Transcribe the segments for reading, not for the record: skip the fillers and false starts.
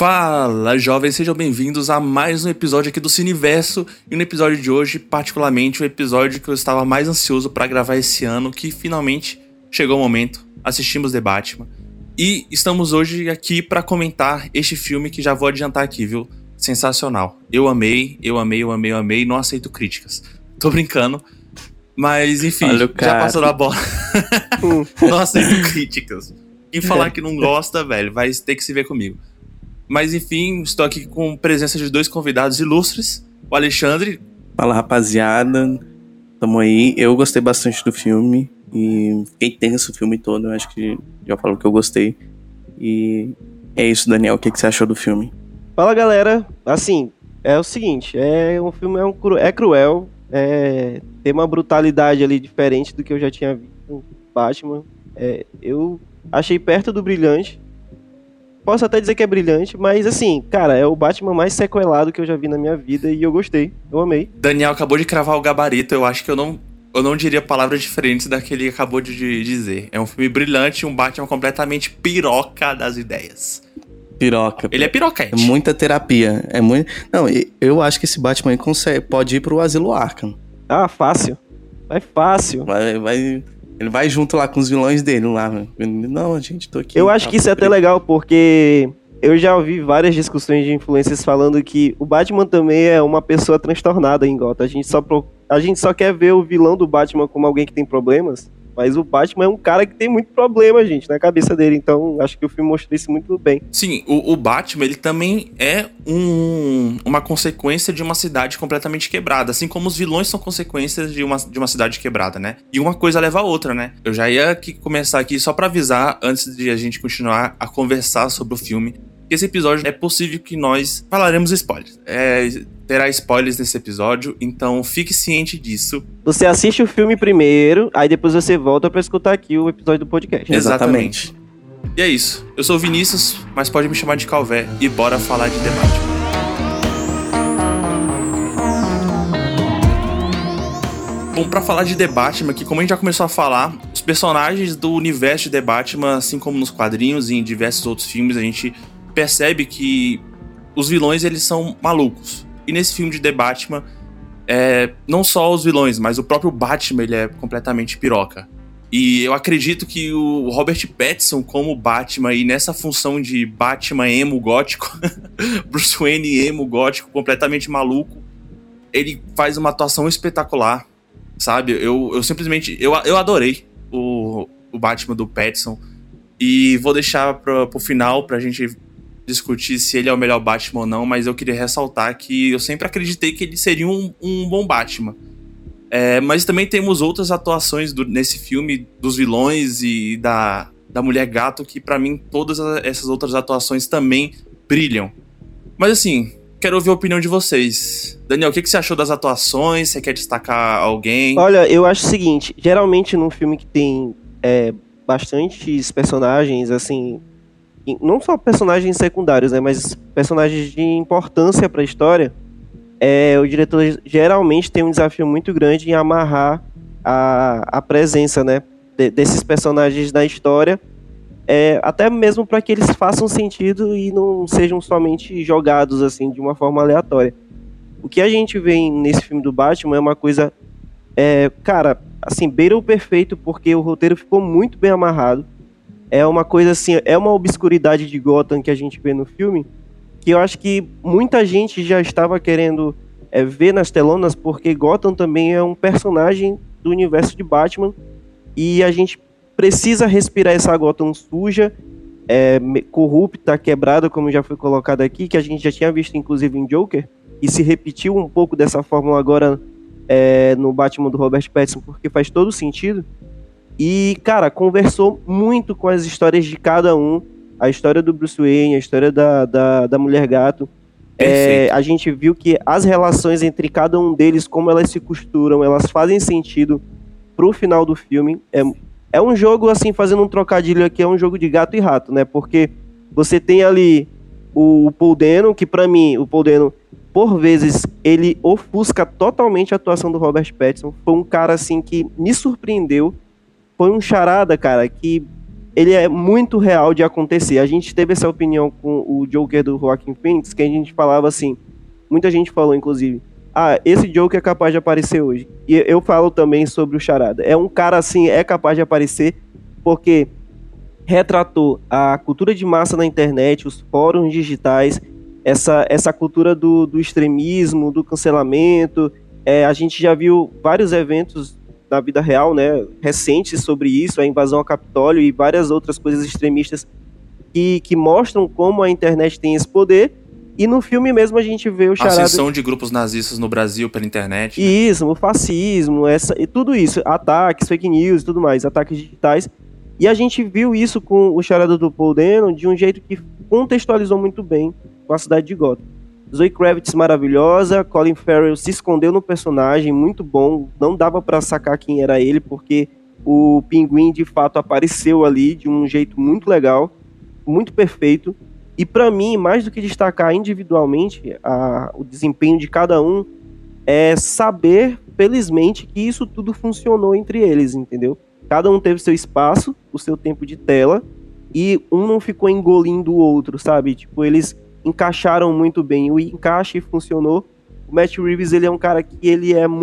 Fala, jovens, sejam bem-vindos a mais um episódio aqui do Cineverso. E no episódio de hoje, particularmente, o episódio que eu estava mais ansioso para gravar esse ano, que finalmente chegou o momento. Assistimos The Batman. E estamos hoje aqui para comentar este filme que já vou adiantar aqui, viu? Sensacional. Eu amei, não aceito críticas. Tô brincando. Mas, enfim, já passou a bola. Não aceito críticas. Quem falar que não gosta, velho, vai ter que se ver comigo. Mas enfim, estou aqui com presença de dois convidados ilustres. O Alexandre. Fala, rapaziada. Tamo aí. Eu gostei bastante do filme. E fiquei tenso o filme todo. Eu acho que já falou que eu gostei. E é isso, Daniel. O que você achou do filme? Fala, galera. Assim, é o seguinte. Um filme é cruel. Tem uma brutalidade ali diferente do que eu já tinha visto no Batman. Eu achei perto do brilhante. Posso até dizer que é brilhante, mas assim, cara, é o Batman mais sequelado que eu já vi na minha vida e eu gostei, eu amei. Daniel acabou de cravar o gabarito, eu acho que eu não diria palavras diferentes da que ele acabou de dizer. É um filme brilhante, um Batman completamente piroca das ideias. Piroca. Ele é pirocante. É muita terapia. Não, eu acho que esse Batman aí pode ir pro Asilo Arkham. Ah, fácil. Vai fácil. Ele vai junto lá com os vilões dele lá. Não, gente, tô aqui. Eu acho que isso é até legal, porque eu já ouvi várias discussões de influencers falando que o Batman também é uma pessoa transtornada em Gotham. A gente só quer ver o vilão do Batman como alguém que tem problemas, mas o Batman é um cara que tem muito problema, gente, na cabeça dele. Então, acho que o filme mostrou isso muito bem. Sim, o Batman, ele também é uma consequência de uma cidade completamente quebrada. Assim como os vilões são consequências de uma cidade quebrada, né? E uma coisa leva a outra, né? Eu já ia começar aqui só pra avisar, antes de a gente continuar a conversar sobre o filme, que esse episódio é possível que nós falaremos spoilers. Terá spoilers nesse episódio, então fique ciente disso. Você assiste o filme primeiro, aí depois você volta pra escutar aqui o episódio do podcast. Exatamente. E é isso. Eu sou o Vinícius, mas pode me chamar de Calvé e bora falar de The Batman. Bom, pra falar de The Batman, que como a gente já começou a falar, os personagens do universo de The Batman, assim como nos quadrinhos e em diversos outros filmes, a gente percebe que os vilões, eles são malucos. E nesse filme de The Batman, não só os vilões, mas o próprio Batman, ele é completamente piroca. E eu acredito que o Robert Pattinson, como Batman, e nessa função de Batman emo gótico, Bruce Wayne emo gótico, completamente maluco, ele faz uma atuação espetacular, sabe? Eu simplesmente, eu adorei o Batman do Pattinson. E vou deixar pro final, pra gente discutir se ele é o melhor Batman ou não, mas eu queria ressaltar que eu sempre acreditei que ele seria um bom Batman. Mas também temos outras atuações nesse filme, dos vilões e da Mulher Gato, que pra mim todas essas outras atuações também brilham. Mas assim, quero ouvir a opinião de vocês. Daniel, o que você achou das atuações? Você quer destacar alguém? Olha, eu acho o seguinte, geralmente num filme que tem bastantes personagens, assim, não só personagens secundários, né, mas personagens de importância para a história, o diretor geralmente tem um desafio muito grande em amarrar a presença, né, desses personagens na história, até mesmo para que eles façam sentido e não sejam somente jogados assim de uma forma aleatória. O que a gente vê nesse filme do Batman é uma coisa, cara, assim, beira o perfeito, porque o roteiro ficou muito bem amarrado. É uma coisa assim, é uma obscuridade de Gotham que a gente vê no filme, que eu acho que muita gente já estava querendo ver nas telonas, porque Gotham também é um personagem do universo de Batman, e a gente precisa respirar essa Gotham suja, corrupta, quebrada, como já foi colocado aqui, que a gente já tinha visto inclusive em Joker, e se repetiu um pouco dessa fórmula agora no Batman do Robert Pattinson, porque faz todo sentido. E, cara, conversou muito com as histórias de cada um. A história do Bruce Wayne, a história da Mulher Gato. A gente viu que as relações entre cada um deles, como elas se costuram, elas fazem sentido pro final do filme. É um jogo, assim, fazendo um trocadilho aqui, é um jogo de gato e rato, né? Porque você tem ali o Paul Dano, que pra mim, o Paul Dano, por vezes, ele ofusca totalmente a atuação do Robert Pattinson. Foi um cara, assim, que me surpreendeu. Foi um charada, cara, que ele é muito real de acontecer. A gente teve essa opinião com o Joker do Joaquin Phoenix, que a gente falava assim, muita gente falou, inclusive, esse Joker é capaz de aparecer hoje. E eu falo também sobre o Charada. É um cara, assim, é capaz de aparecer, porque retratou a cultura de massa na internet, os fóruns digitais, essa cultura do extremismo, do cancelamento. A gente já viu vários eventos na vida real, né, recentes sobre isso, a invasão ao Capitólio e várias outras coisas extremistas que mostram como a internet tem esse poder. E no filme mesmo a gente vê o Charada... A ascensão de grupos nazistas no Brasil pela internet. Né? Isso, o fascismo, e tudo isso, ataques, fake news e tudo mais, ataques digitais. E a gente viu isso com o Charada do Paul Dano de um jeito que contextualizou muito bem com a cidade de Gotham. Zoe Kravitz maravilhosa, Colin Farrell se escondeu no personagem, muito bom, não dava pra sacar quem era ele, porque o Pinguim de fato apareceu ali de um jeito muito legal, muito perfeito, e pra mim, mais do que destacar individualmente o desempenho de cada um, é saber, felizmente, que isso tudo funcionou entre eles, entendeu? Cada um teve seu espaço, o seu tempo de tela, e um não ficou engolindo o outro, sabe? Tipo, eles encaixaram muito bem, o encaixe funcionou. O Matt Reeves, ele é um cara que ele é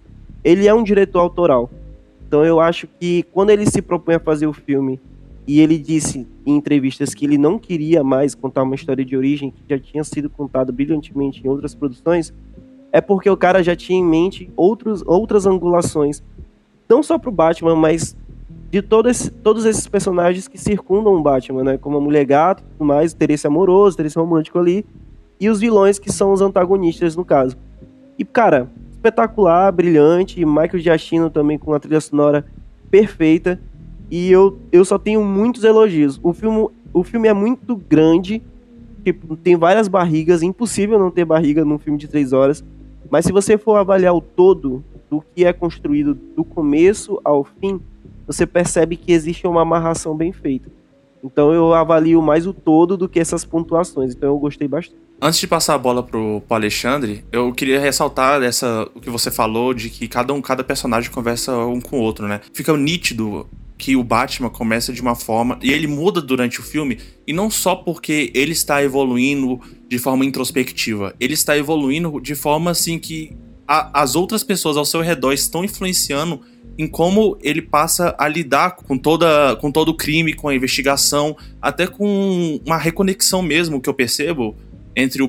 um diretor autoral. Então eu acho que quando ele se propõe a fazer o filme, e ele disse em entrevistas que ele não queria mais contar uma história de origem que já tinha sido contada brilhantemente em outras produções, é porque o cara já tinha em mente outras angulações, não só pro Batman, mas de todos esses personagens que circundam o Batman, né? Como a Mulher Gato, tudo mais, interesse amoroso, interesse romântico ali, e os vilões que são os antagonistas no caso. E, cara, espetacular, brilhante, Michael Giacchino também com a trilha sonora perfeita, e eu só tenho muitos elogios. O filme é muito grande, tipo, tem várias barrigas, impossível não ter barriga num filme de 3 horas, mas se você for avaliar o todo do que é construído do começo ao fim, você percebe que existe uma amarração bem feita. Então eu avalio mais o todo do que essas pontuações. Então eu gostei bastante. Antes de passar a bola pro Alexandre, eu queria ressaltar o que você falou de que cada personagem conversa um com o outro, né? Fica nítido que o Batman começa de uma forma e ele muda durante o filme, e não só porque ele está evoluindo de forma introspectiva, ele está evoluindo de forma assim que as outras pessoas ao seu redor estão influenciando em como ele passa a lidar com todo o crime, com a investigação, até com uma reconexão mesmo que eu percebo entre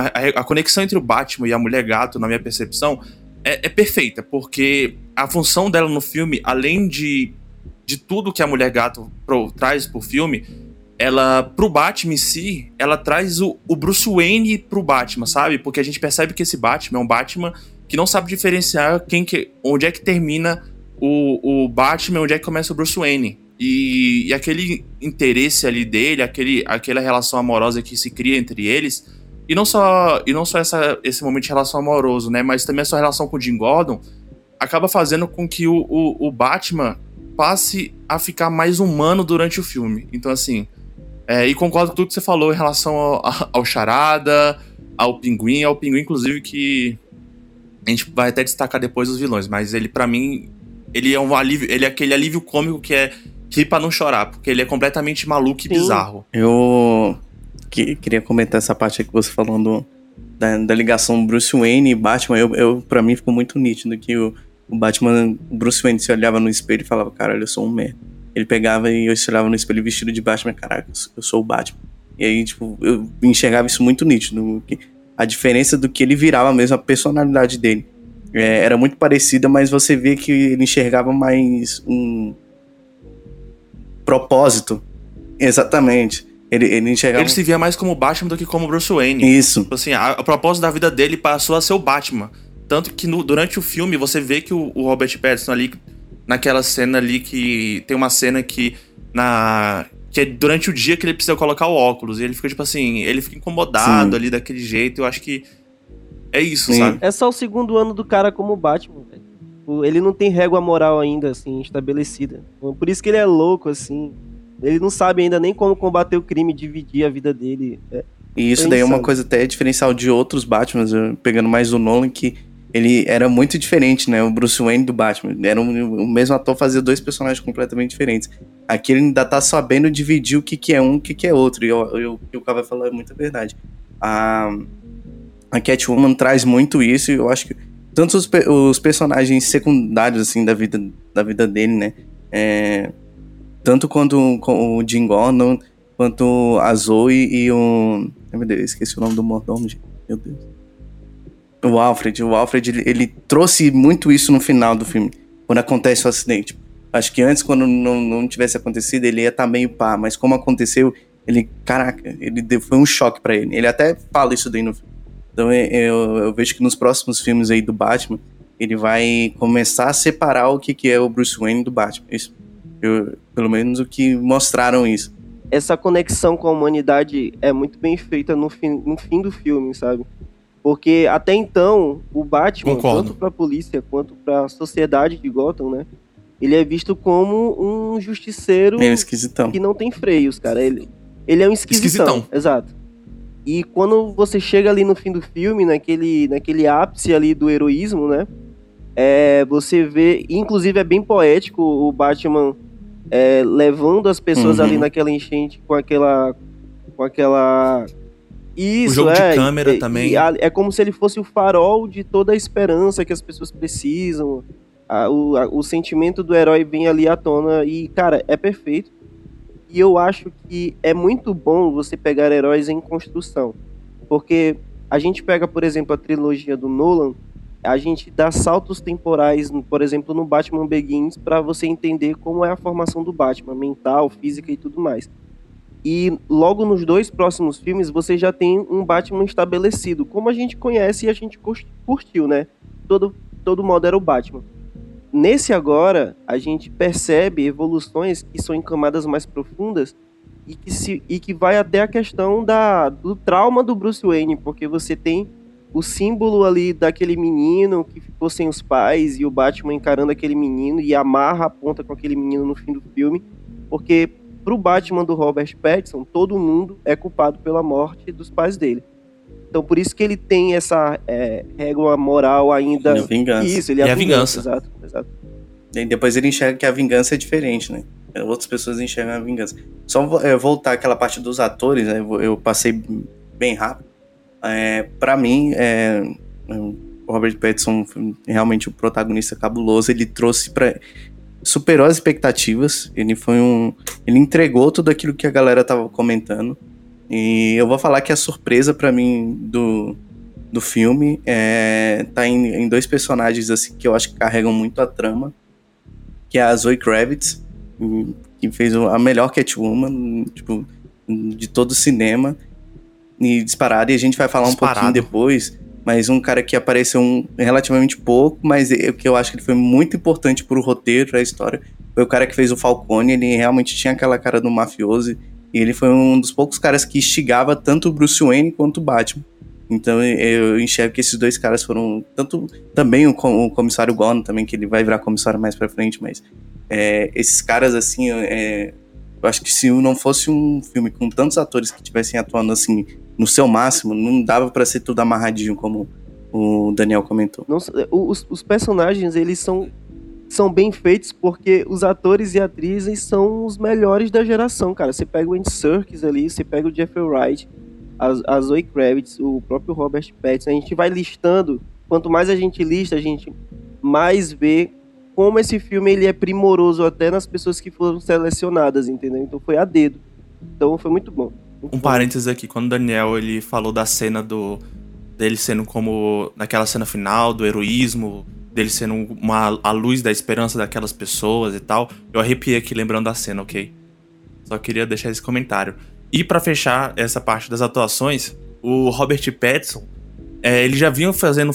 a conexão entre o Batman e a Mulher Gato, na minha percepção, é perfeita, porque a função dela no filme, além de tudo que a Mulher Gato traz pro filme, ela, pro Batman em si, ela traz o Bruce Wayne pro Batman, sabe? Porque a gente percebe que esse Batman é um Batman que não sabe diferenciar onde é que termina o Batman, onde é que começa o Bruce Wayne. E aquele interesse ali dele, aquela relação amorosa que se cria entre eles, e não só esse momento de relação amoroso, né? Mas também a sua relação com o Jim Gordon acaba fazendo com que o Batman passe a ficar mais humano durante o filme. Então, assim, e concordo com tudo que você falou em relação ao Charada, ao Pinguim, inclusive, que a gente vai até destacar depois os vilões, mas ele, pra mim, ele é um alívio, ele é aquele alívio cômico que é rir pra não chorar, porque ele é completamente maluco e bizarro. Eu queria comentar essa parte aí que você falou da ligação Bruce Wayne e Batman. Pra mim ficou muito nítido que o Batman, o Bruce Wayne se olhava no espelho e falava, cara, eu sou um merda. Ele pegava e eu se olhava no espelho vestido de Batman, caraca, eu sou o Batman. E aí, tipo, eu enxergava isso muito nítido, a diferença do que ele virava mesmo, a personalidade dele. Era muito parecida, mas você vê que ele enxergava mais um propósito. Exatamente. Ele enxergava... Ele se via mais como Batman do que como Bruce Wayne. Isso. Assim, o propósito da vida dele passou a ser o Batman. Tanto que durante o filme você vê que o Robert Pattinson ali, naquela cena ali, que tem uma cena que é durante o dia que ele precisa colocar o óculos. E ele fica, tipo assim, ele fica incomodado ali daquele jeito. Eu acho que é isso, sabe? É só o segundo ano do cara como Batman, velho. Ele não tem régua moral ainda, assim, estabelecida. Por isso que ele é louco, assim. Ele não sabe ainda nem como combater o crime, dividir a vida dele. E isso daí é uma coisa até diferencial de outros Batmans, pegando mais do Nolan, que ele era muito diferente, né? O Bruce Wayne do Batman. O mesmo ator fazia dois personagens completamente diferentes. Aqui ele ainda tá sabendo dividir o que é um e o que é outro. E o que o cara vai falar é muita verdade. A Catwoman traz muito isso, e eu acho que tanto os personagens secundários, assim, da vida dele, né? Tanto quanto o Jim Gordon, quanto a Zoe e o... Meu Deus, esqueci o nome do mordomo, gente. Meu Deus. O Alfred, ele trouxe muito isso no final do filme, quando acontece o acidente. Acho que antes, quando não tivesse acontecido, ele ia estar meio pá, mas como aconteceu, foi um choque pra ele. Ele até fala isso daí no filme. Então eu vejo que nos próximos filmes aí do Batman, ele vai começar a separar o que é o Bruce Wayne do Batman. Isso, pelo menos o que mostraram isso. Essa conexão com a humanidade é muito bem feita no fim do filme, sabe? Porque até então, o Batman, tanto pra polícia quanto pra sociedade de Gotham, né? Ele é visto como um justiceiro que não tem freios, cara. Ele é um esquisitão. Exato. E quando você chega ali no fim do filme, naquele ápice ali do heroísmo, né? Você vê, inclusive é bem poético o Batman levando as pessoas ali naquela enchente com aquela... Isso, o jogo de câmera também. É como se ele fosse o farol de toda a esperança que as pessoas precisam. O sentimento do herói vem ali à tona e, cara, é perfeito. E eu acho que é muito bom você pegar heróis em construção. Porque a gente pega, por exemplo, a trilogia do Nolan, a gente dá saltos temporais, por exemplo, no Batman Begins, para você entender como é a formação do Batman, mental, física e tudo mais. E logo nos 2 próximos filmes você já tem um Batman estabelecido, como a gente conhece e a gente curtiu, né? Todo modo era o Batman. Nesse agora, a gente percebe evoluções que são em camadas mais profundas e que vai até a questão do trauma do Bruce Wayne, porque você tem o símbolo ali daquele menino que ficou sem os pais e o Batman encarando aquele menino e amarra a ponta com aquele menino no fim do filme, porque pro Batman do Robert Pattinson, todo mundo é culpado pela morte dos pais dele. Então por isso que ele tem essa régua moral ainda... Ele é vingança. Isso, ele é a vingança. Exato. E depois ele enxerga que a vingança é diferente, né? Outras pessoas enxergam a vingança. Só voltar àquela parte dos atores, né? Eu passei bem rápido. Pra mim, o Robert Pattinson foi realmente um protagonista cabuloso. Ele superou as expectativas. Ele entregou tudo aquilo que a galera tava comentando. E eu vou falar que a surpresa pra mim do filme tá em 2 personagens assim, que eu acho que carregam muito a trama, que é a Zoe Kravitz, que fez a melhor Catwoman, tipo, de todo o cinema, e disparado, e a gente vai falar um pouquinho depois, mas um cara que apareceu relativamente pouco, mas que eu acho que ele foi muito importante pro roteiro, pra história, foi o cara que fez o Falcone. Ele realmente tinha aquela cara do mafioso, e ele foi um dos poucos caras que instigava tanto o Bruce Wayne quanto o Batman. Então eu enxergo que esses 2 caras foram... Tanto também o comissário Gordon também, que ele vai virar comissário mais pra frente, mas esses caras, assim, eu acho que se não fosse um filme com tantos atores que estivessem atuando, assim, no seu máximo, não dava pra ser tudo amarradinho, como o Daniel comentou. Os personagens, eles são bem feitos porque os atores e atrizes são os melhores da geração, cara. Você pega o Andy Serkis ali, você pega o Jeffrey Wright, a Zoe Kravitz, o próprio Robert Pattinson. A gente vai listando, quanto mais a gente lista, a gente mais vê como esse filme ele é primoroso até nas pessoas que foram selecionadas, entendeu? Então foi a dedo. Então foi muito bom. Parênteses aqui, quando o Daniel ele falou da cena dele sendo como naquela cena final, do heroísmo, dele sendo a luz da esperança daquelas pessoas e tal, eu arrepiei aqui lembrando da cena, ok? Só queria deixar esse comentário. E pra fechar essa parte das atuações, o Robert Pattinson, ele já vinha fazendo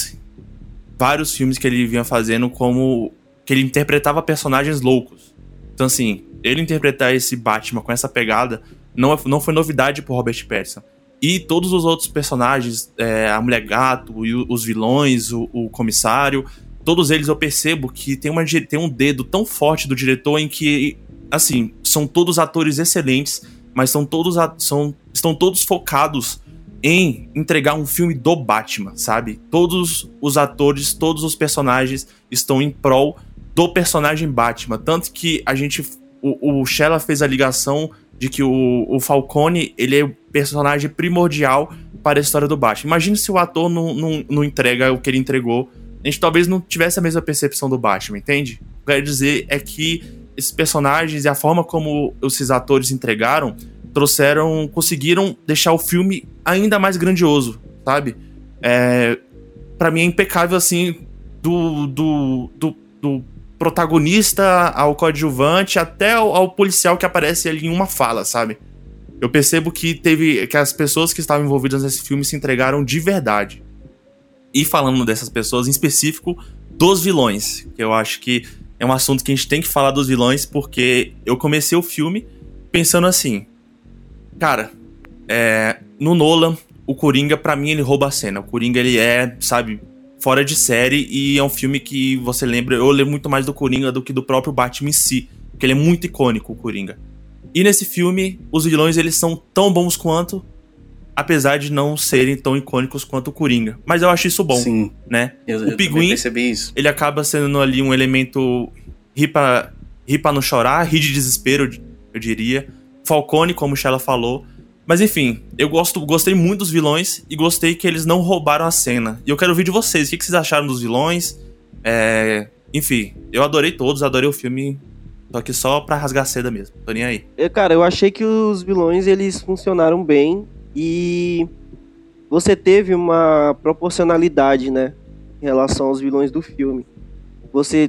vários filmes que ele vinha fazendo que ele interpretava personagens loucos. Então assim, ele interpretar esse Batman com essa pegada não foi novidade pro Robert Pattinson. E todos os outros personagens, a Mulher Gato, os vilões, o comissário, todos eles eu percebo que tem um dedo tão forte do diretor em que, assim, são todos atores excelentes, mas estão todos focados em entregar um filme do Batman, sabe? Todos os atores, todos os personagens estão em prol do personagem Batman. Tanto que o Shella fez a ligação de que o Falcone, ele é o personagem primordial para a história do Batman. Imagina se o ator não entrega o que ele entregou. A gente talvez não tivesse a mesma percepção do Batman, entende? O que eu quero dizer é que esses personagens e a forma como esses atores entregaram conseguiram deixar o filme ainda mais grandioso, sabe? Pra mim é impecável, assim, do protagonista ao coadjuvante até ao policial que aparece ali em uma fala, sabe? Eu percebo que as pessoas que estavam envolvidas nesse filme se entregaram de verdade. E falando dessas pessoas, em específico, dos vilões, que eu acho que é um assunto que a gente tem que falar dos vilões, porque eu comecei o filme pensando assim, cara, no Nolan, o Coringa, pra mim, ele rouba a cena. O Coringa, ele sabe, fora de série, e é um filme que você lembra, eu lembro muito mais do Coringa do que do próprio Batman em si, porque ele é muito icônico, o Coringa. E nesse filme, os vilões, eles são tão bons quanto, apesar de não serem tão icônicos quanto o Coringa. Mas eu acho isso bom, sim, né? Eu Pinguim, percebi isso. Ele acaba sendo ali um elemento rir pra não chorar, rir de desespero, eu diria. Falcone, como o Shella falou. Mas enfim, eu gostei muito dos vilões e gostei que eles não roubaram a cena. E eu quero ouvir de vocês, o que vocês acharam dos vilões? Enfim, eu adorei todos, adorei o filme. Tô aqui só pra rasgar seda mesmo, tô nem aí. Cara, eu achei que os vilões, eles funcionaram bem e você teve uma proporcionalidade, né, em relação aos vilões do filme. Você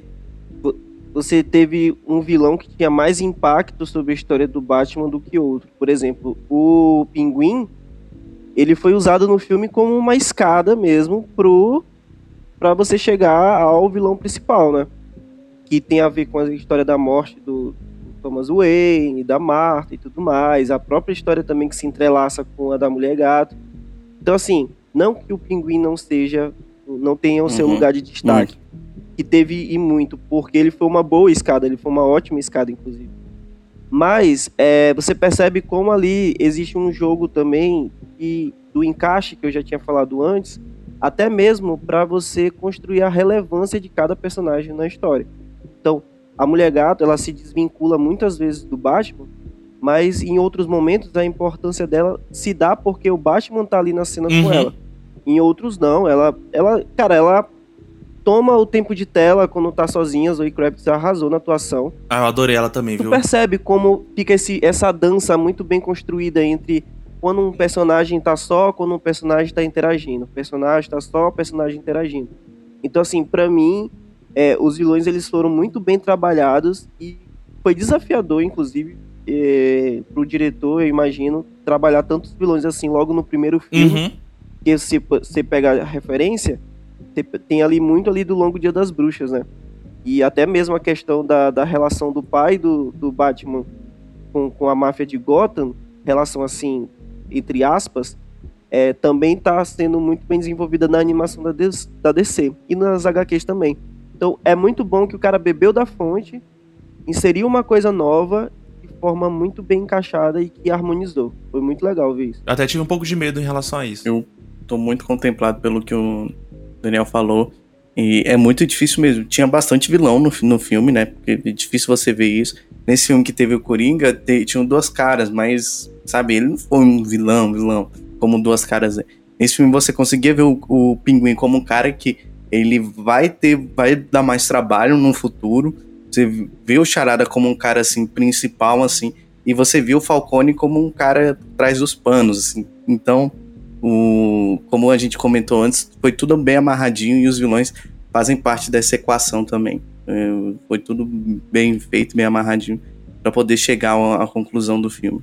teve um vilão que tinha mais impacto sobre a história do Batman do que outro. Por exemplo, o Pinguim, ele foi usado no filme como uma escada mesmo pra você chegar ao vilão principal, né? Que tem a ver com a história da morte do Thomas Wayne, da Martha e tudo mais. A própria história também que se entrelaça com a da Mulher Gato. Então, assim, não que o Pinguim não tenha o seu lugar de destaque. Que teve e muito, porque ele foi uma boa escada, ele foi uma ótima escada, inclusive. Mas você percebe como ali existe um jogo também do encaixe, que eu já tinha falado antes, até mesmo para você construir a relevância de cada personagem na história. Então, a Mulher Gato, ela se desvincula muitas vezes do Batman, mas em outros momentos a importância dela se dá porque o Batman tá ali na cena com ela. Em outros não, ela toma o tempo de tela quando tá sozinha. A Zoe Kravitz arrasou na atuação. Eu adorei ela também, tu viu? Percebe como fica essa dança muito bem construída entre quando um personagem tá só, quando um personagem tá interagindo. O personagem tá só, o personagem interagindo. Então, assim, pra mim, os vilões, eles foram muito bem trabalhados e foi desafiador, inclusive, pro diretor, eu imagino, trabalhar tantos vilões assim logo no primeiro filme. Que se você pegar a referência, tem ali muito ali do Longo Dia das Bruxas, né? E até mesmo a questão da relação do pai do Batman com a máfia de Gotham, relação assim, entre aspas, também está sendo muito bem desenvolvida na animação da DC e nas HQs também. Então é muito bom que o cara bebeu da fonte, inseriu uma coisa nova de forma muito bem encaixada e que harmonizou. Foi muito legal ver isso. Eu até tive um pouco de medo em relação a isso. Eu tô muito contemplado pelo que o Daniel falou. E é muito difícil mesmo. Tinha bastante vilão no filme, né? Porque é difícil você ver isso. Nesse filme que teve o Coringa, tinham duas caras, mas, sabe, ele não foi um vilão, como duas caras. Nesse filme você conseguia ver o Pinguim como um cara que ele vai dar mais trabalho no futuro. Você vê o Charada como um cara, assim, principal, assim, e você viu o Falcone como um cara atrás dos panos, assim. Então, como a gente comentou antes, foi tudo bem amarradinho e os vilões fazem parte dessa equação também. Foi tudo bem feito, bem amarradinho, para poder chegar à conclusão do filme.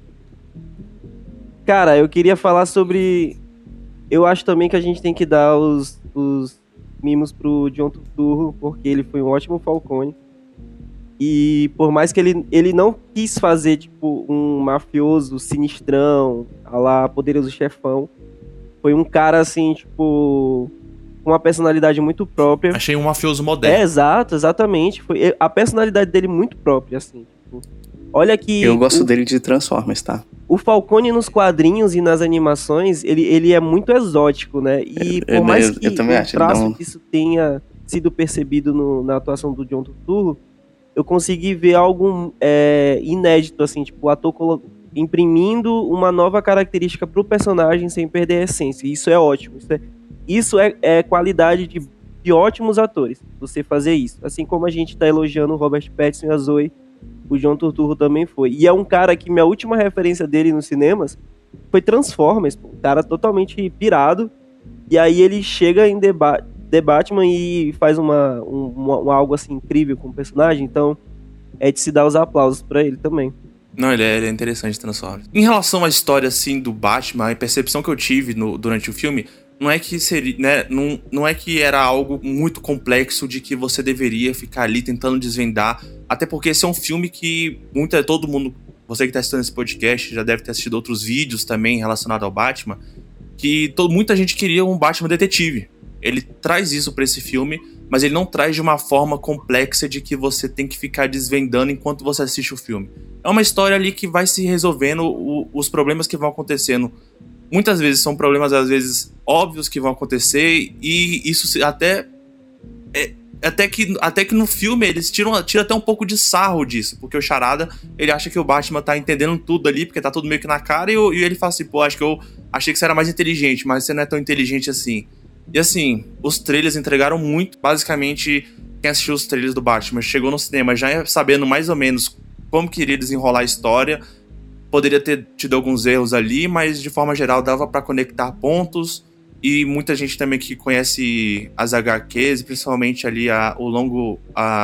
Cara, eu queria falar sobre... Eu acho também que a gente tem que dar os mimos pro John Turturro, porque ele foi um ótimo Falcone. E por mais que ele não quis fazer, tipo, um mafioso sinistrão, a lá Poderoso Chefão, foi um cara, assim, tipo, com uma personalidade muito própria. Achei um mafioso moderno. Exatamente. Foi a personalidade dele muito própria, assim, tipo, Olha que... Eu gosto dele de Transformers, tá? O Falcone nos quadrinhos e nas animações, ele é muito exótico, né? E por mais que eu também o acho, traço disso tenha sido percebido na atuação do John Turturro, eu consegui ver algo inédito, assim, tipo, o ator imprimindo uma nova característica pro personagem sem perder a essência. Isso é ótimo. Isso é qualidade de ótimos atores, você fazer isso. Assim como a gente tá elogiando o Robert Pattinson e a Zoe, o John Turturro também foi. E é um cara que minha última referência dele nos cinemas foi Transformers, pô. Um cara totalmente pirado. E aí ele chega em The Batman e faz algo assim incrível com o personagem. Então é de se dar os aplausos pra ele também. Não, ele é interessante, Transformers. Em relação à história, assim, do Batman, a percepção que eu tive durante o filme, não é que seria, né, não é que era algo muito complexo de que você deveria ficar ali tentando desvendar, até porque esse é um filme que todo mundo, você que tá assistindo esse podcast, já deve ter assistido outros vídeos também relacionados ao Batman, que muita gente queria um Batman detetive. Ele traz isso pra esse filme, mas ele não traz de uma forma complexa de que você tem que ficar desvendando enquanto você assiste o filme. É uma história ali que vai se resolvendo os problemas que vão acontecendo. Muitas vezes são problemas, às vezes, óbvios que vão acontecer, e isso até que no filme eles tiram até um pouco de sarro disso, porque o Charada, ele acha que o Batman tá entendendo tudo ali, porque tá tudo meio que na cara, e ele fala assim, pô, acho que eu achei que você era mais inteligente, mas você não é tão inteligente assim. E assim, os trailers entregaram muito. Basicamente, quem assistiu os trailers do Batman chegou no cinema já sabendo mais ou menos como queria desenrolar a história. Poderia ter tido alguns erros ali, mas de forma geral dava pra conectar pontos. E muita gente também que conhece as HQs, principalmente ali o Longo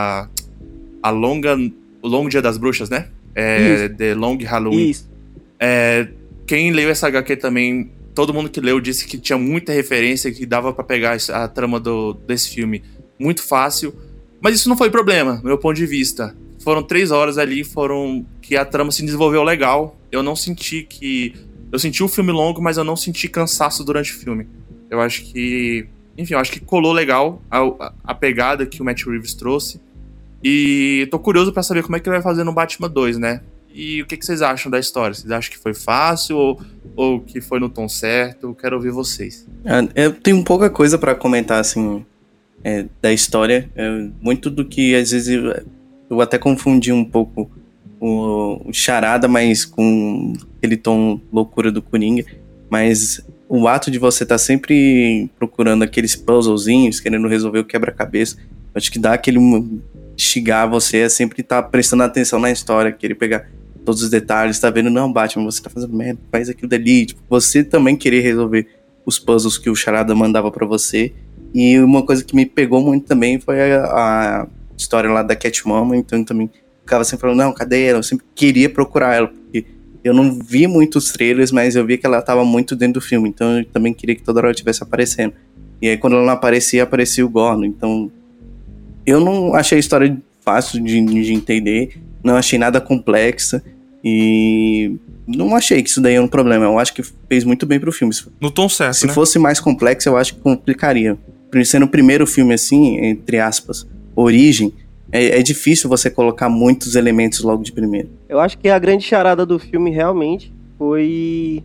Dia das Bruxas, né? The Long Halloween. Isso. Quem leu essa HQ também, todo mundo que leu disse que tinha muita referência, que dava pra pegar a trama desse filme muito fácil. Mas isso não foi problema, do meu ponto de vista. Foram 3 horas ali, que a trama se desenvolveu legal. Eu senti o filme longo, mas eu não senti cansaço durante o filme. Eu acho que colou legal a pegada que o Matt Reeves trouxe. E tô curioso pra saber como é que ele vai fazer no Batman 2, né? E o que vocês acham da história? Vocês acham que foi fácil ou que foi no tom certo? Eu quero ouvir vocês. Eu tenho pouca coisa pra comentar, assim, da história. Muito do que, às vezes, eu até confundi um pouco o Charada, mas com aquele tom loucura do Coringa. Mas o ato de você estar sempre procurando aqueles puzzlezinhos, querendo resolver o quebra-cabeça, acho que dá aquele instigar você a sempre estar prestando atenção na história, querer pegar todos os detalhes, tá vendo, não, Batman, você tá fazendo merda, faz aquilo dali, tipo, você também querer resolver os puzzles que o Charada mandava pra você. E uma coisa que me pegou muito também foi a história lá da Catwoman, então eu também ficava sempre falando, não, cadê ela? Eu sempre queria procurar ela, porque eu não vi muitos trailers, mas eu vi que ela tava muito dentro do filme, então eu também queria que toda hora ela estivesse aparecendo. E aí quando ela não aparecia o Gordon, então eu não achei a história fácil de entender, não achei nada complexa e não achei que isso daí é um problema. Eu acho que fez muito bem pro filme. No tom certo, Se né? fosse mais complexo, eu acho que complicaria. Sendo o primeiro filme assim, entre aspas, origem, é difícil você colocar muitos elementos logo de primeiro. Eu acho que a grande charada do filme realmente foi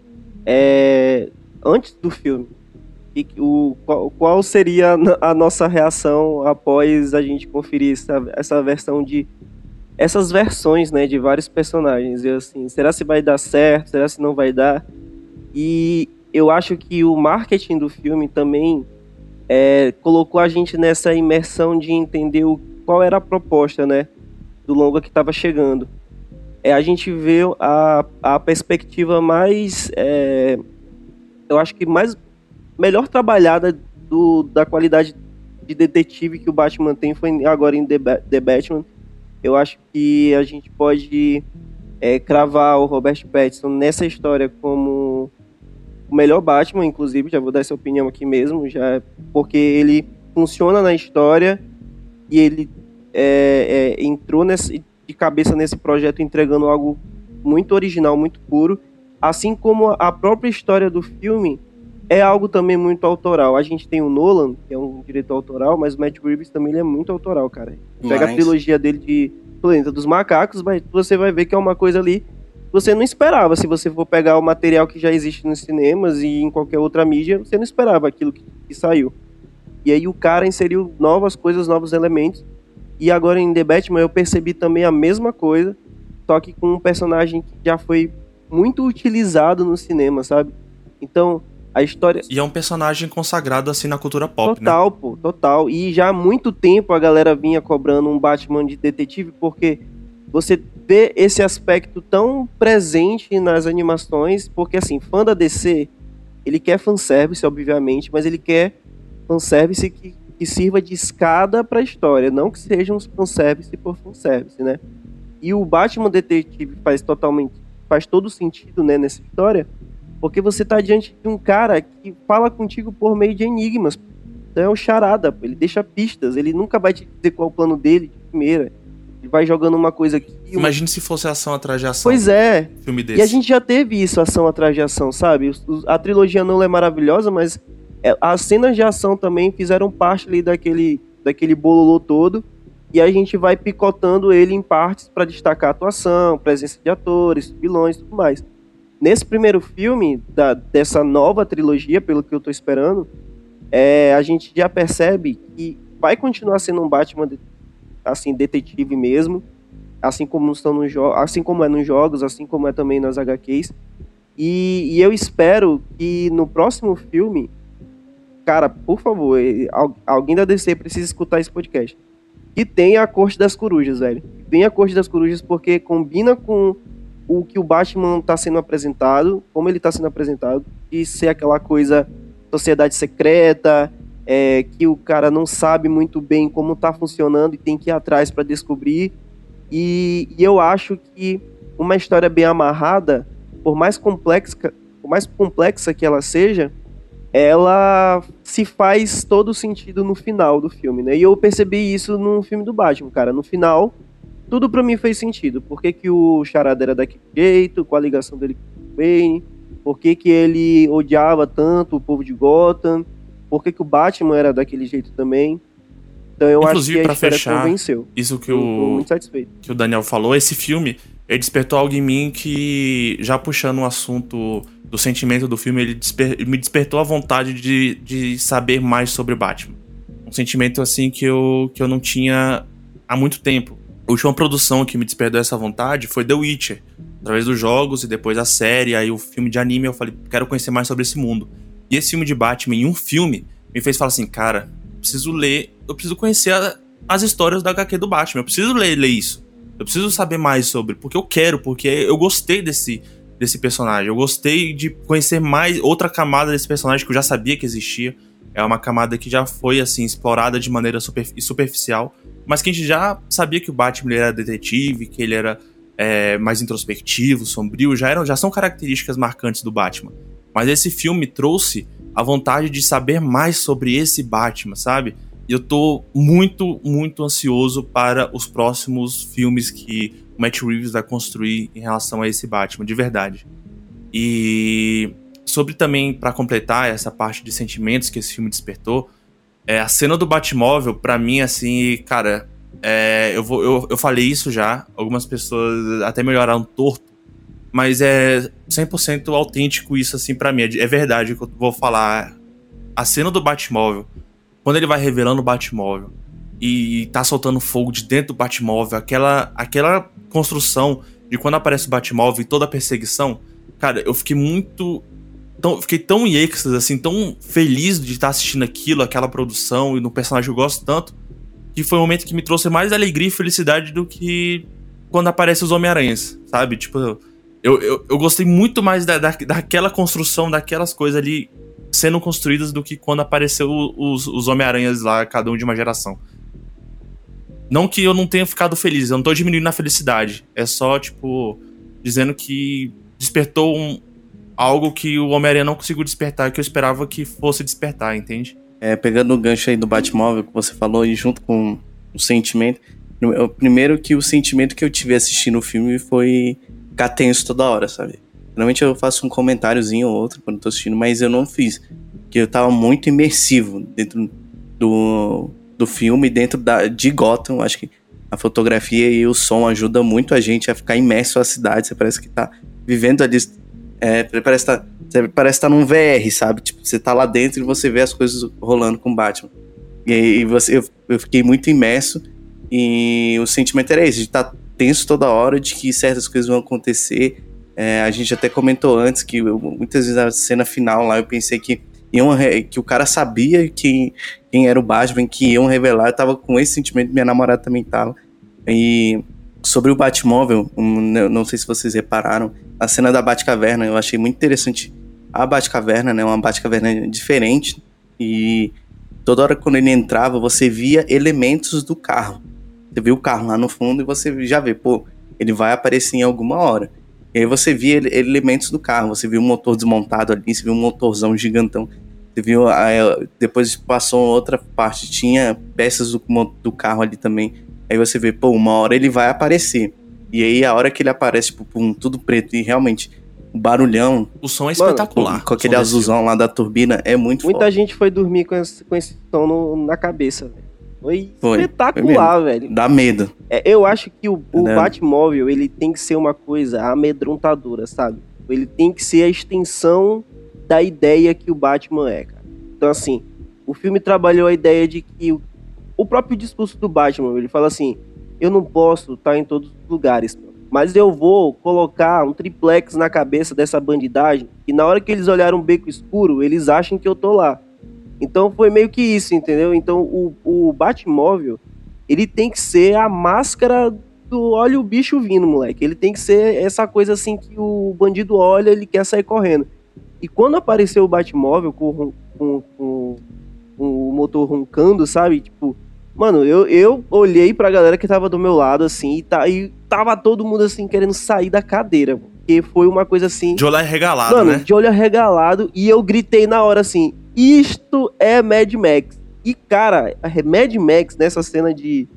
antes do filme. E qual seria a nossa reação após a gente conferir essa versão essas versões, né, de vários personagens. E assim, será se vai dar certo? Será se não vai dar? E eu acho que o marketing do filme também colocou a gente nessa imersão de entender qual era a proposta, né, do longa que estava chegando. A gente vê a perspectiva mais, eu acho que melhor trabalhada da qualidade de detetive que o Batman tem foi agora em The Batman. Eu acho que a gente pode cravar o Robert Pattinson nessa história como o melhor Batman, inclusive, já vou dar essa opinião aqui mesmo, já, porque ele funciona na história e ele entrou de cabeça nesse projeto entregando algo muito original, muito puro, assim como a própria história do filme é algo também muito autoral. A gente tem o Nolan, que é um diretor autoral, mas o Matt Reeves também ele é muito autoral, cara. Pega a trilogia dele de Planeta dos Macacos, mas você vai ver que é uma coisa ali que você não esperava. Se você for pegar o material que já existe nos cinemas e em qualquer outra mídia, você não esperava aquilo que saiu. E aí o cara inseriu novas coisas, novos elementos. E agora em The Batman eu percebi também a mesma coisa, só que com um personagem que já foi muito utilizado no cinema, sabe? Então, a história... E é um personagem consagrado, assim, na cultura pop, total, né? Pô, total. E já há muito tempo a galera vinha cobrando um Batman de detetive, porque você vê esse aspecto tão presente nas animações, porque, assim, fã da DC, ele quer fanservice, obviamente, mas ele quer fanservice que sirva de escada pra história, não que seja um fanservice por fanservice, né? E o Batman Detetive faz todo sentido, né, nessa história, porque você tá diante de um cara que fala contigo por meio de enigmas. Então é o charada, ele deixa pistas, ele nunca vai te dizer qual é o plano dele de primeira. Ele vai jogando uma coisa aqui... Imagine se fosse ação atrás de ação. Pois é. Filme desse. E a gente já teve isso, ação atrás de ação, sabe? A trilogia Nolan é maravilhosa, mas as cenas de ação também fizeram parte ali daquele bololô todo. E a gente vai picotando ele em partes para destacar a atuação, presença de atores, vilões e tudo mais. Nesse primeiro filme dessa nova trilogia, pelo que eu tô esperando, a gente já percebe que vai continuar sendo um Batman assim, detetive mesmo, assim como assim como é nos jogos, assim como é também nas HQs. E eu espero que no próximo filme, cara, por favor, alguém da DC precisa escutar esse podcast, que tenha a Corte das Corujas, velho. Venha a Corte das Corujas porque combina com o que o Batman tá sendo apresentado, como ele tá sendo apresentado, de ser aquela coisa, sociedade secreta, que o cara não sabe muito bem como tá funcionando e tem que ir atrás para descobrir. E eu acho que uma história bem amarrada, por mais complexa que ela seja, ela se faz todo sentido no final do filme, né? E eu percebi isso no filme do Batman, cara. No final, tudo pra mim fez sentido. Por que o Charada era daquele jeito, qual a ligação dele com o Bane, por que ele odiava tanto o povo de Gotham, por que o Batman era daquele jeito também. Então eu Inclusive, acho que a pra história fechar, convenceu. Isso que Tô muito satisfeito. Que o Daniel falou, esse filme, ele despertou algo em mim que, já puxando o assunto do sentimento do filme, ele me despertou a vontade de saber mais sobre Batman. Um sentimento, assim, que eu não tinha há muito tempo. A última produção que me despertou essa vontade foi The Witcher. Através dos jogos e depois a série, aí o filme de anime, eu falei, quero conhecer mais sobre esse mundo. E esse filme de Batman, em um filme, me fez falar assim, cara, eu preciso conhecer as histórias da HQ do Batman, eu preciso ler isso. Eu preciso saber mais sobre, porque eu gostei desse personagem, eu gostei de conhecer mais outra camada desse personagem que eu já sabia que existia. É uma camada que já foi, assim, explorada de maneira superficial, mas que a gente já sabia que o Batman era detetive, que ele era mais introspectivo, sombrio, já são características marcantes do Batman. Mas esse filme trouxe a vontade de saber mais sobre esse Batman, sabe? E eu tô muito, muito ansioso para os próximos filmes que o Matt Reeves vai construir em relação a esse Batman, de verdade. E sobre também, para completar essa parte de sentimentos que esse filme despertou, a cena do Batmóvel, pra mim, assim, cara, eu falei isso já, algumas pessoas até me olharam torto, mas é 100% autêntico isso, assim, pra mim, é verdade que eu vou falar. A cena do Batmóvel, quando ele vai revelando o Batmóvel e tá soltando fogo de dentro do Batmóvel, aquela construção de quando aparece o Batmóvel e toda a perseguição, cara, eu fiquei fiquei tão em êxtase, assim, tão feliz de estar assistindo aquela produção e no personagem que eu gosto tanto, que foi um momento que me trouxe mais alegria e felicidade do que quando aparecem os Homem-Aranhas, sabe? Tipo, eu gostei muito mais daquela construção, daquelas coisas ali sendo construídas do que quando apareceu os Homem-Aranhas lá, cada um de uma geração. Não que eu não tenha ficado feliz, eu não tô diminuindo a felicidade. É só, tipo, dizendo que despertou algo que o Homem-Aranha não conseguiu despertar, que eu esperava que fosse despertar, entende? Pegando o gancho aí do Batmóvel que você falou, e junto com o sentimento, primeiro que o sentimento que eu tive assistindo o filme foi ficar tenso toda hora, sabe? Normalmente eu faço um comentáriozinho ou outro quando tô assistindo, mas eu não fiz. que eu tava muito imersivo dentro do filme, dentro de Gotham. Acho que a fotografia e o som ajudam muito a gente a ficar imerso à cidade. Você parece que tá vivendo ali, você parece estar num VR, sabe? Tipo, você tá lá dentro e você vê as coisas rolando com o Batman. E eu fiquei muito imerso, e o sentimento era esse, de estar tenso toda hora, de que certas coisas vão acontecer. A gente até comentou antes que muitas vezes a cena final lá eu pensei que o cara sabia quem era o Batman, que iam revelar. Eu tava com esse sentimento, minha namorada também tava. E sobre o Batmóvel, não sei se vocês repararam, a cena da Batcaverna, eu achei muito interessante. A Batcaverna, né, uma Batcaverna diferente, e toda hora quando ele entrava, você via elementos do carro. Você viu o carro lá no fundo e você já vê, pô, ele vai aparecer em alguma hora. E aí você via elementos do carro, você viu um motor desmontado ali, você viu um motorzão gigantão. Você viu, depois passou outra parte, tinha peças do carro ali também. Aí você vê, pô, uma hora ele vai aparecer. E aí a hora que ele aparece, tipo, tudo preto e realmente o barulhão... O som é espetacular. Mano, com aquele azulzão lá da turbina, é muito Muita forte. gente foi dormir com esse som na cabeça, velho. Foi espetacular, velho. Dá medo. Eu acho que o Batmóvel, ele tem que ser uma coisa amedrontadora, sabe? Ele tem que ser a extensão da ideia que o Batman é, cara. Então, assim, o filme trabalhou a ideia de que o próprio discurso do Batman, ele fala assim, eu não posso estar em todos os lugares, mas eu vou colocar um triplex na cabeça dessa bandidagem, e na hora que eles olharem um beco escuro, eles acham que eu tô lá. Então foi meio que isso, entendeu? Então o Batmóvel, ele tem que ser a máscara do olha o bicho vindo, moleque. Ele tem que ser essa coisa assim que o bandido olha, ele quer sair correndo. E quando apareceu o Batmóvel com o motor roncando, sabe? Tipo, mano, eu olhei pra galera que tava do meu lado, assim, e tava todo mundo, assim, querendo sair da cadeira, porque foi uma coisa assim... De olho arregalado, mano, né? De olho arregalado, e eu gritei na hora, assim, isto é Mad Max. E, cara, Mad Max, nessa cena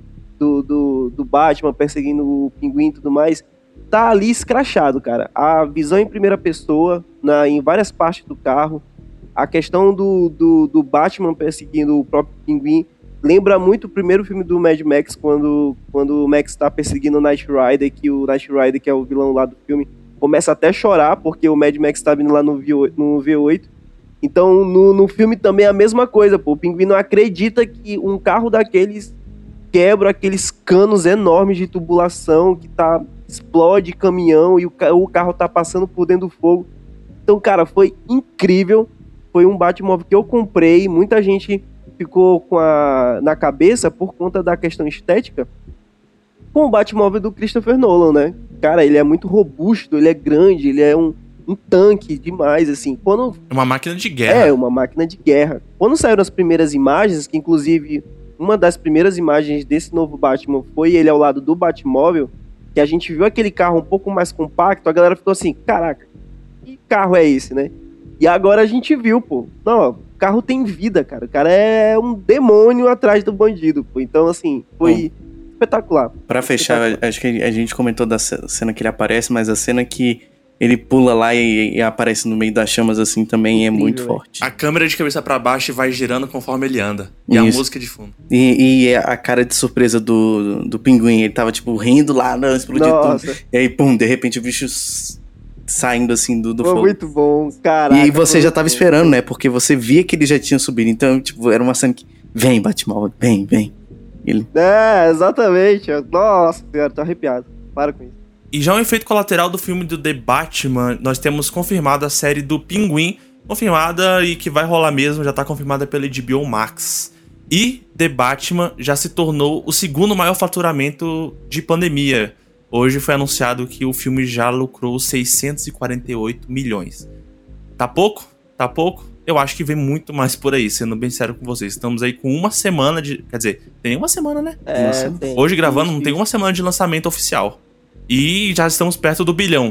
do Batman perseguindo o Pinguim e tudo mais, tá ali escrachado, cara. A visão em primeira pessoa, em várias partes do carro, a questão do Batman perseguindo o próprio Pinguim, lembra muito o primeiro filme do Mad Max, quando o Max tá perseguindo o Knight Rider, que o Knight Rider, que é o vilão lá do filme, começa até a chorar, porque o Mad Max tá vindo lá no V8. Então, no filme também é a mesma coisa, pô. O Pinguim não acredita que um carro daqueles quebra aqueles canos enormes de tubulação, que explode caminhão e o carro tá passando por dentro do fogo. Então, cara, foi incrível. Foi um Batmóvel que eu comprei. Muita gente ficou na cabeça por conta da questão estética com o Batmóvel do Christopher Nolan, né? Cara, ele é muito robusto, ele é grande, ele é um tanque demais, assim. É uma máquina de guerra. É, uma máquina de guerra. Quando saíram as primeiras imagens, que inclusive uma das primeiras imagens desse novo Batman foi ele ao lado do Batmóvel, que a gente viu aquele carro um pouco mais compacto, a galera ficou assim, caraca, que carro é esse, né? E agora a gente viu, pô. Não, o carro tem vida, cara. O cara é um demônio atrás do bandido, pô. Então, assim, foi espetacular. Pra fechar, acho que a gente comentou da cena que ele aparece, mas a cena que ele pula lá e aparece no meio das chamas assim também incrível, é muito forte. A câmera de cabeça pra baixo vai girando conforme ele anda. E isso. A música de fundo. E a cara de surpresa do Pinguim, ele tava tipo rindo lá, não, explodiu tudo. E aí, pum, de repente o bicho saindo assim do fogo. Foi muito bom, caraca. E aí você já tava esperando, né? Porque você via que ele já tinha subido. Então, tipo, era uma cena que... Vem, Batman, vem. Ele... É, exatamente. Nossa senhora, tô arrepiado. Para com isso. E já um efeito colateral do filme do The Batman, nós temos confirmado a série do Pinguim, confirmada e que vai rolar mesmo, já tá confirmada pela HBO Max. E The Batman já se tornou o segundo maior faturamento de pandemia. Hoje foi anunciado que o filme já lucrou 648 milhões. Tá pouco? Tá pouco? Eu acho que vem muito mais por aí, sendo bem sério com vocês. Estamos aí com uma semana de... Quer dizer, tem uma semana, né? Tem. Hoje gravando, não tem uma semana de lançamento oficial. E já estamos perto do bilhão.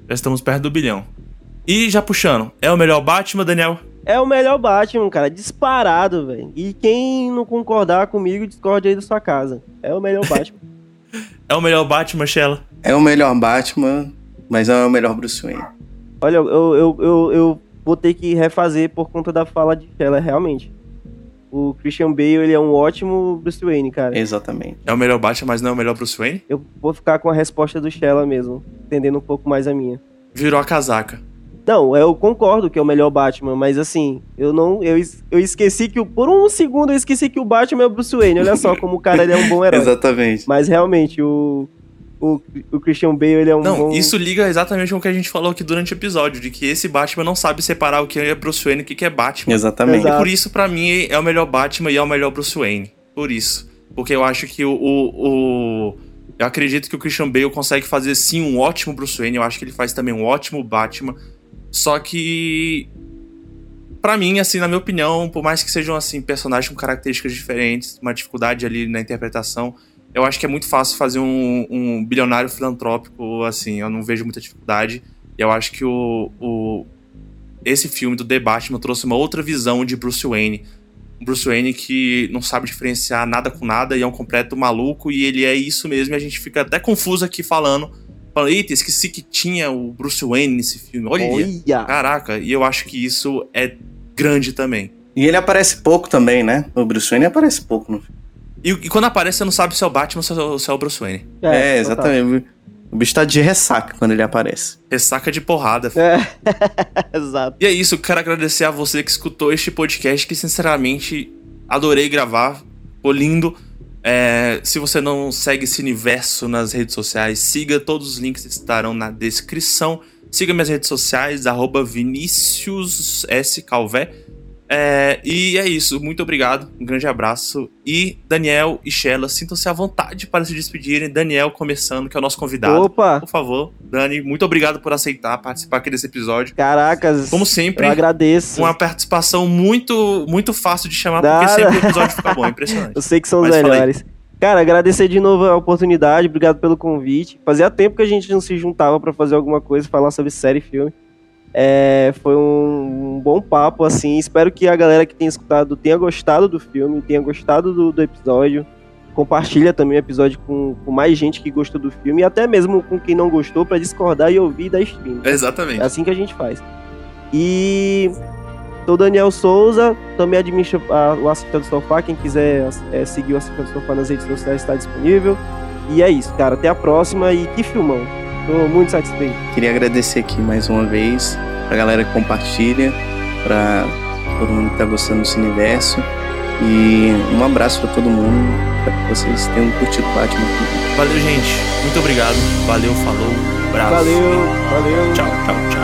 E já puxando, é o melhor Batman, Daniel? É o melhor Batman, cara, disparado, velho. E quem não concordar comigo, discorde aí da sua casa. É o melhor Batman. É o melhor Batman, Sheila? É o melhor Batman, mas não é o melhor Bruce Wayne. Olha, eu vou ter que refazer por conta da fala de Shella, realmente. O Christian Bale, ele é um ótimo Bruce Wayne, cara. Exatamente. É o melhor Batman, mas não é o melhor Bruce Wayne? Eu vou ficar com a resposta do Shella mesmo, entendendo um pouco mais a minha. Virou a casaca. Não, eu concordo que é o melhor Batman, mas assim, eu esqueci que, por um segundo eu esqueci que o Batman é o Bruce Wayne. Olha só como o cara ele é um bom herói. Exatamente. Mas realmente, o Christian Bale, ele é um Não, bom... isso liga exatamente com o que a gente falou aqui durante o episódio, de que esse Batman não sabe separar o que é Bruce Wayne e o que é Batman. Exatamente. Exato. E por isso, pra mim, é o melhor Batman e é o melhor Bruce Wayne. Por isso. Porque eu acho que eu acredito que o Christian Bale consegue fazer, sim, um ótimo Bruce Wayne. Eu acho que ele faz também um ótimo Batman. Só que... Pra mim, assim, na minha opinião, por mais que sejam, assim, personagens com características diferentes, uma dificuldade ali na interpretação, eu acho que é muito fácil fazer um bilionário filantrópico, assim, eu não vejo muita dificuldade. Eu acho que esse filme do The Batman trouxe uma outra visão de Bruce Wayne. Um Bruce Wayne que não sabe diferenciar nada com nada e é um completo maluco, e ele é isso mesmo, e a gente fica até confuso aqui falando, eita, esqueci que tinha o Bruce Wayne nesse filme. Olha! Caraca, e eu acho que isso é grande também. E ele aparece pouco também, né? O Bruce Wayne aparece pouco no filme. E quando aparece, você não sabe se é o Batman ou se é o Bruce Wayne. Exatamente. O bicho tá de ressaca quando ele aparece. Ressaca de porrada. Exato. E é isso, quero agradecer a você que escutou este podcast, que sinceramente adorei gravar. Ficou lindo. Se você não segue esse universo nas redes sociais, siga, todos os links estarão na descrição. Siga minhas redes sociais, @ViniciusSCalvé. E é isso, muito obrigado, um grande abraço. E Daniel e Shella, sintam-se à vontade para se despedirem. Daniel começando, que é o nosso convidado. Opa! Por favor, Dani, muito obrigado por aceitar participar aqui desse episódio. Caracas, como sempre, eu agradeço. Uma participação muito, muito fácil de chamar, porque sempre o episódio fica bom, é impressionante. Eu sei que são os melhores. Cara, agradecer de novo a oportunidade, obrigado pelo convite. Fazia tempo que a gente não se juntava pra fazer alguma coisa, falar sobre série e filme. Foi um bom papo, assim. Espero que a galera que tenha escutado tenha gostado do filme, tenha gostado do episódio. Compartilha também o episódio com mais gente que gostou do filme, e até mesmo com quem não gostou, pra discordar e ouvir da stream. Exatamente. É assim que a gente faz. E sou Daniel Souza, também administro o Assistente do Sofá. Quem quiser seguir o Assistente do Sofá nas redes sociais está disponível. E é isso, cara. Até a próxima, e que filmão. Tô muito satisfeito. Queria agradecer aqui mais uma vez pra galera que compartilha, pra todo mundo que tá gostando desse universo. E um abraço pra todo mundo. Espero que vocês tenham curtido o Batman. Valeu, gente. Muito obrigado. Valeu, falou. Abraço. Valeu. Tchau, tchau, tchau.